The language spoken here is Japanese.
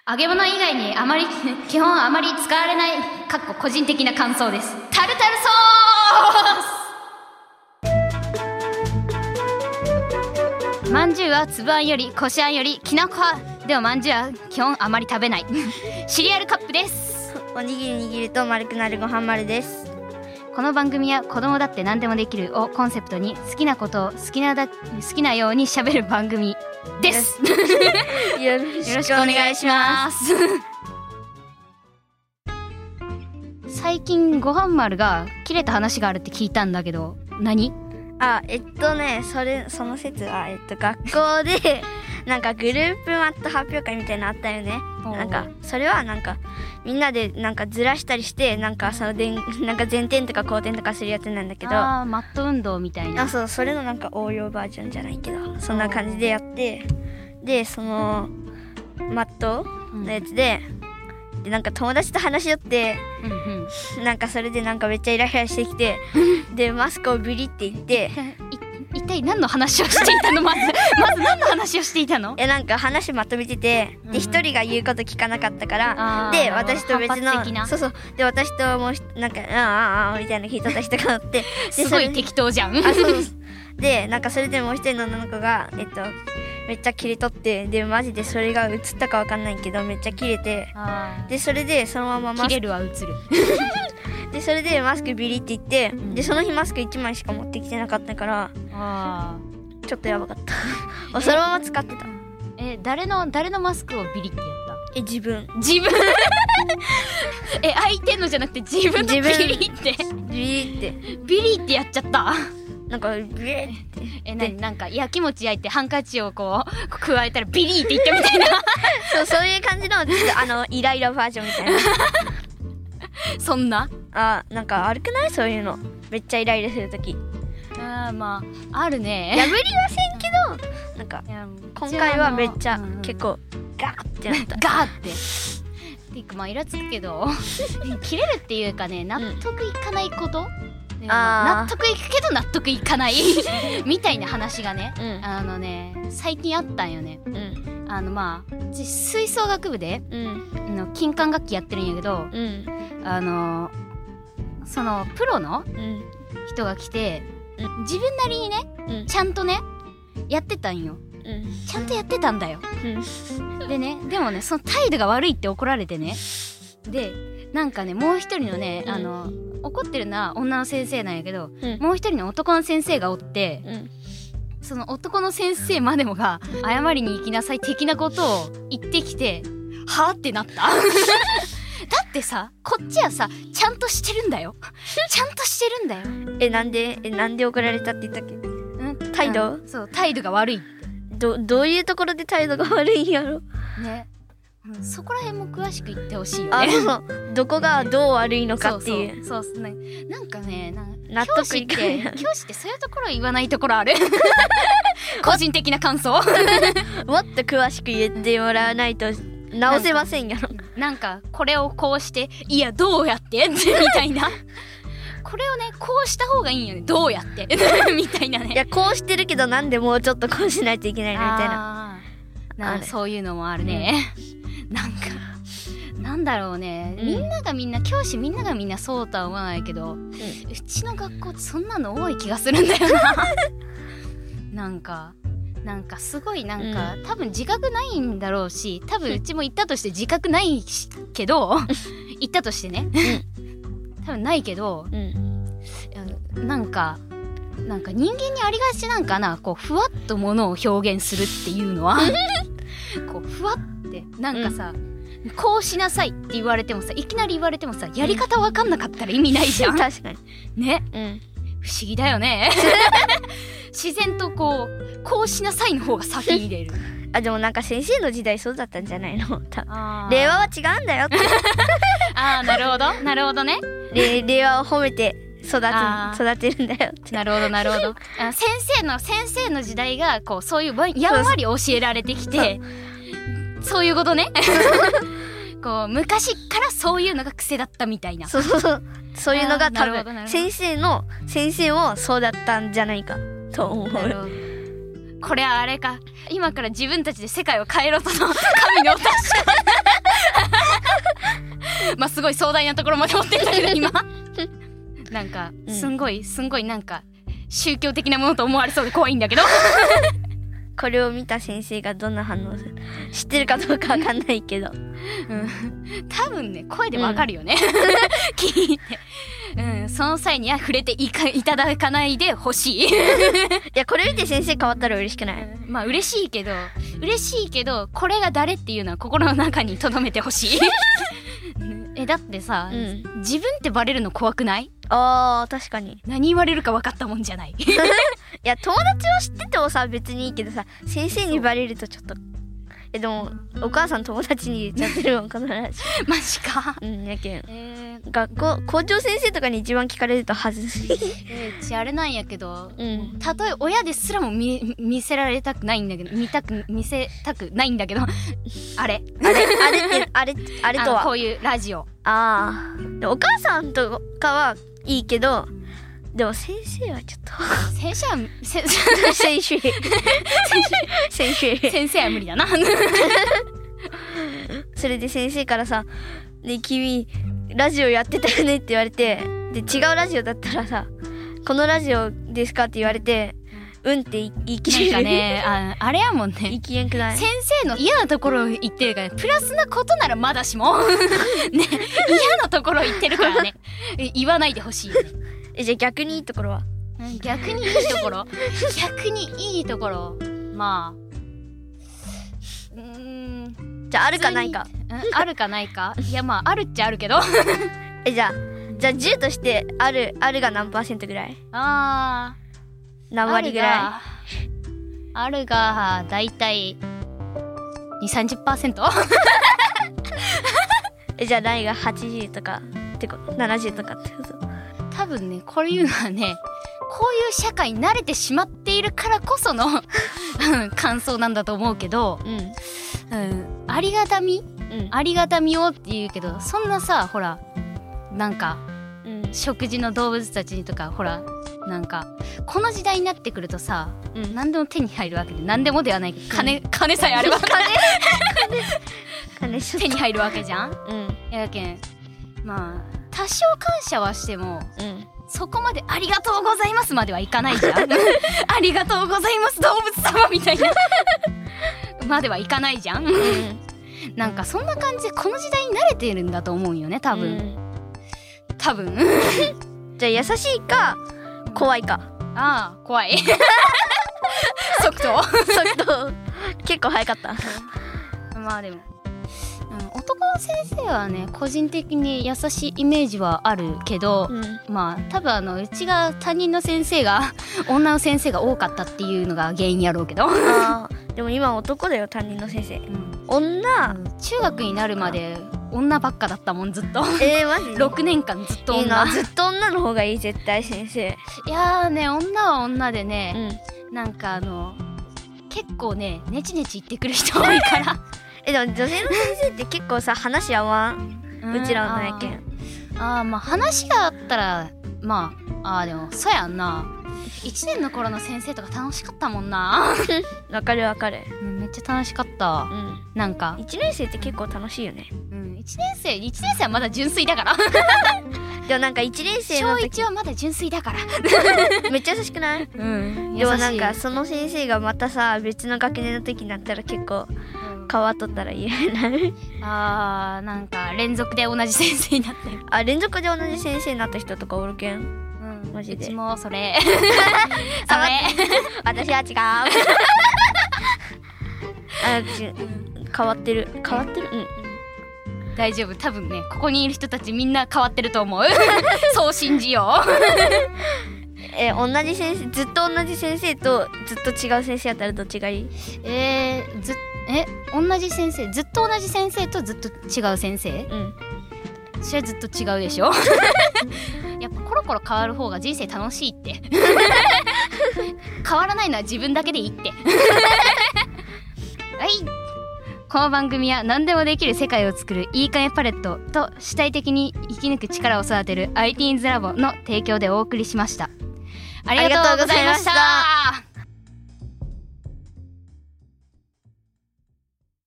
揚げ物以外に基本あまり使われない個人的な感想です。タルタルソース。まんじゅうはつぶあんよりこしあんよりきなこ派。でもまんじゅうは基本あまり食べないシリアルカップです。 おにぎり握ると丸くなるご飯丸です。 この番組は子供だって何でもできるをコンセプトに好きなことを好きなように喋る番組ですよろしくお願いします最近ごはん丸が切れた話があるって聞いたんだけど何？ その説は、学校でなんかグループマット発表会みたいなのあったよね。なんかそれはなんかみんなでなんかずらしたりしてなんかなんか前転とか後転とかするやつなんだけど、 マット運動みたいな。 それのなんか応用バージョンじゃないけどそんな感じでやって、でそのマットのやつで、なんか友達と話し合って、なんかそれでなんかめっちゃイライラしてきてでマスクをビリって言って一体何の話をしていたの？まず何の話をしていたの？ なんか話まとめてて、で一人が言うこと聞かなかったから、で私と別ので私ともうなんかみたいな聞いとった人がおってすごい適当じゃん。 でなんかそれでもう一人の女の子がめっちゃ切れとって、でマジでそれが映ったかわかんないけどめっちゃ切れて、でそれでそのまま切れるは映るでそれでマスクビリって言って、でその日マスク1枚しか持ってきてなかったから、ちょっとやばかったそのまま使ってた。 誰のマスクをビリってやった？ 自分相手のじゃなくて自分のビリってやっちゃった。 なんかビリってなんかやきもち焼いてハンカチをこう加えたらビリって言ったみたいなそういう感じのイライラバージョンみたいなそんななんか悪くない？そういうのめっちゃイライラするとき。 まああるね。 破りはせんけどなんか今回はめっちゃ結構ガーってなったガーってっていうかまあイラつくけど切れるっていうかね、納得いかないこと、納得いくけど納得いかないみたいな話がね、最近あったんよね。吹奏楽部で、金管楽器やってるんやけど、そのプロの人が来て、自分なりにね、ちゃんとねやってたんよ。ちゃんとやってたんだよ。でね、でもねその態度が悪いって怒られてね、でなんかねもう一人のね、怒ってるのは女の先生なんやけど、もう一人の男の先生がおって、その男の先生までもが謝りに行きなさい的なことを言ってきて、はぁってなっただってさ、こっちはさちゃんとしてるんだよちゃんとしてるんだよ。 なんで怒られたって言ったっけ？態度？ そう態度が悪いって。 どういうところで態度が悪いんやろね。そこら辺も詳しく言ってほしいよね。 どこがどう悪いのかっていう。 そうね。なんかね、 納得いかない。 教師ってそういうところ言わないところある個人的な感想もっと詳しく言ってもらわないと直せませんよ。 なんかこれをこうして、いやどうやってみたいなこれをねこうした方がいいんよね、どうやってみたいなね。 いやこうしてるけどなんでもうちょっとこうしないといけないのみたいな。 そういうのもあるね。なんかなんだろうね、教師みんながみんなそうとは思わないけど、うちの学校ってそんなの多い気がするんだよななんかすごい多分自覚ないんだろうし、多分うちも行ったとして自覚ないけど行ったとしてね多分ないけど、なんか人間にありがちなんかな、こうふわっとものを表現するっていうのはこうふわってなんかさ、こうしなさいって言われてもさ、いきなり言われてもさ、やり方わかんなかったら意味ないじゃん確かにね、不思議だよね自然とこうしなさいの方が先に出るでもなんか先生の時代そうだったんじゃないの？令和は違うんだよってなるほどね。 令和を褒めて育てるんだよって。なるほど先生の時代がこうそういうやんわり教えられてきて、そういうことねこう昔からそういうのが癖だったみたいな。そういうのが多分先生もそうだったんじゃないかと思う。 これはあれか、今から自分たちで世界を変えろとの神のお達しごい壮大なところまで持ってったけど今なんかすんごいなんか宗教的なものと思われそうで怖いんだけどこれを見た先生がどんな反応する知ってるかどうかわかんないけど、 多分ね声でわかるよね、聞いて、その際には触れていただかないでほしいいやこれ見て先生変わったら嬉しくない？ まあ嬉しいけどこれが誰っていうのは心の中に留めてほしいだってさ、自分ってバレるの怖くない？ あー確かに。 何言われるか分かったもんじゃないいや友達を知っててもさ別にいいけどさ、先生にバレるとちょっとでもお母さん友達に言っちゃってるもん必ずマジか。 やけん、校長先生とかに一番聞かれると恥ずしいあれなんやけど、たとえ親ですらも見せられたくないんだけど見せたくないんだけどあれとはこういうラジオ。 でお母さんとかはいいけど、でも先生はちょっと先生は先生は無理だなそれで先生からさ「ね君ラジオやってたよね」って言われて、で違うラジオだったらさ「このラジオですか?」って言われて「うん」って言い切れる。 なんかねあれやもんね、 言い切れんくない？ 先生の嫌なところを言ってるから、プラスなことならまだしもね嫌なところ言ってるからね言わないでほしいよね。 じゃあ逆にいいところは？ 逆にいいところ逆にいいところ、まあじゃああるかないかあるかないかいやまああるっちゃあるけどじゃあ10としてあるが何%ぐらい？何割ぐらい？ あるがだいたい 2-30% じゃあないが80とかってこと70とかってこと？ 多分ねこれいうのはね、こういう社会に慣れてしまっているからこその感想なんだと思うけど、ありがたみをって言うけど、そんなさほらなんか、食事の動物たちにとかほらなんかこの時代になってくるとさ、何でも手に入るわけで、何でもではないけど金さえあれば金手に入るわけじゃん。やけんまあ多少感謝はしても、そこまでありがとうございますまではいかないじゃんありがとうございます動物様みたいなまではいかないじゃん、なんかそんな感じでこの時代に慣れてるんだと思うよね多分、 じゃあ優しいか怖いか。 怖い即答結構早かったまあでも男の先生はね個人的に優しいイメージはあるけど、まあ多分うちが担任の先生が女の先生が多かったっていうのが原因やろうけどでも今男だよ担任の先生、女、 中学になるまで女ばっかだったもんずっとマジ 6年間ずっと女。 いいな、ずっと女の方がいい絶対先生。 いやーね女は女でね、なんか結構ねネチネチ言ってくる人多いからでも女性の先生って結構さ話合わん、うちらのやけん。 まあ話があったらまあでもそうやんな。1年の頃の先生とか楽しかったもんなわかる、 めっちゃ楽しかった、なんか 1年生って結構楽しいよね。 1年生はまだ純粋だからでもなんか1年生の時小1はまだ純粋だからめっちゃ優しくない？でもなんかその先生がまたさ別の学年の時になったら結構変わっとったら言えないなんか連続で同じ先生になってる。 連続で同じ先生になった人とかおるけん。マジでうちもそれ私は違う変わってる大丈夫、多分ねここにいる人たちみんな変わってると思うそう信じよう同じ先生ずっと同じ先生とずっと違う先生やったらどっちがいい？ 同じ先生ずっと同じ先生とずっと違う先生、それはずっと違うでしょやっぱコロコロ変わる方が人生楽しいって変わらないのは自分だけでいいってはい、この番組は何でもできる世界を作るいいかねパレットと主体的に生き抜く力を育てる ITeens ラボの提供でお送りしました。ありがとうございました。